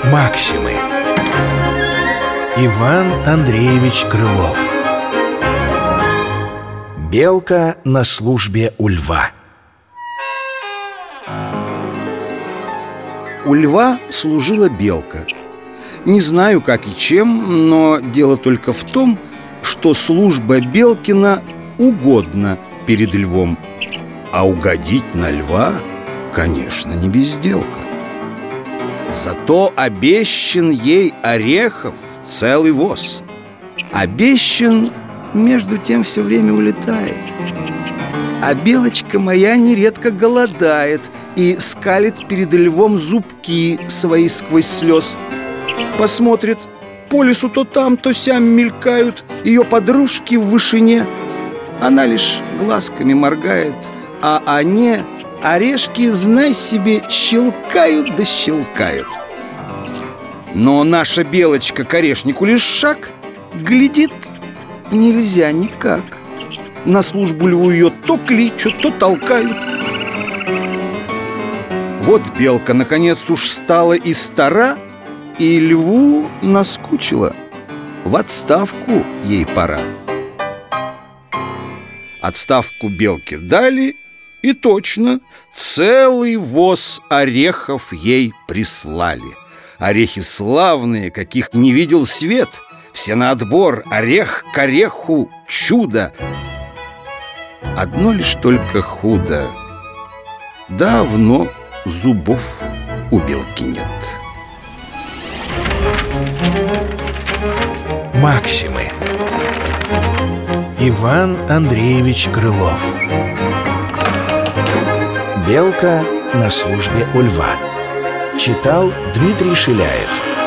Максимы. Иван Андреевич Крылов. Белка на службе у льва. У льва служила белка. Не знаю, как и чем, но дело только в том, что служба Белкина угодна перед львом. А угодить на льва, конечно, не безделка. Зато обещан ей орехов целый воз. Обещан, между тем, все время улетает. А белочка моя нередко голодает и скалит перед львом зубки свои сквозь слез. Посмотрит, по лесу то там, то сям мелькают ее подружки в вышине. Она лишь глазками моргает, а они, орешки, знай себе, щелкают да щелкают. Но наша белочка к орешнику лишь шаг, глядит, нельзя никак. На службу льву ее то кличут, то толкают. Вот белка, наконец, уж стала и стара, и льву наскучила. В отставку ей пора. Отставку белке дали, и точно целый воз орехов ей прислали. Орехи славные, каких не видел свет. Все на отбор, орех к ореху чудо. Одно лишь только худо: давно зубов у белки нет. Максимы. Иван Андреевич Крылов. Белка на службе у льва. Читал Дмитрий Шиляев.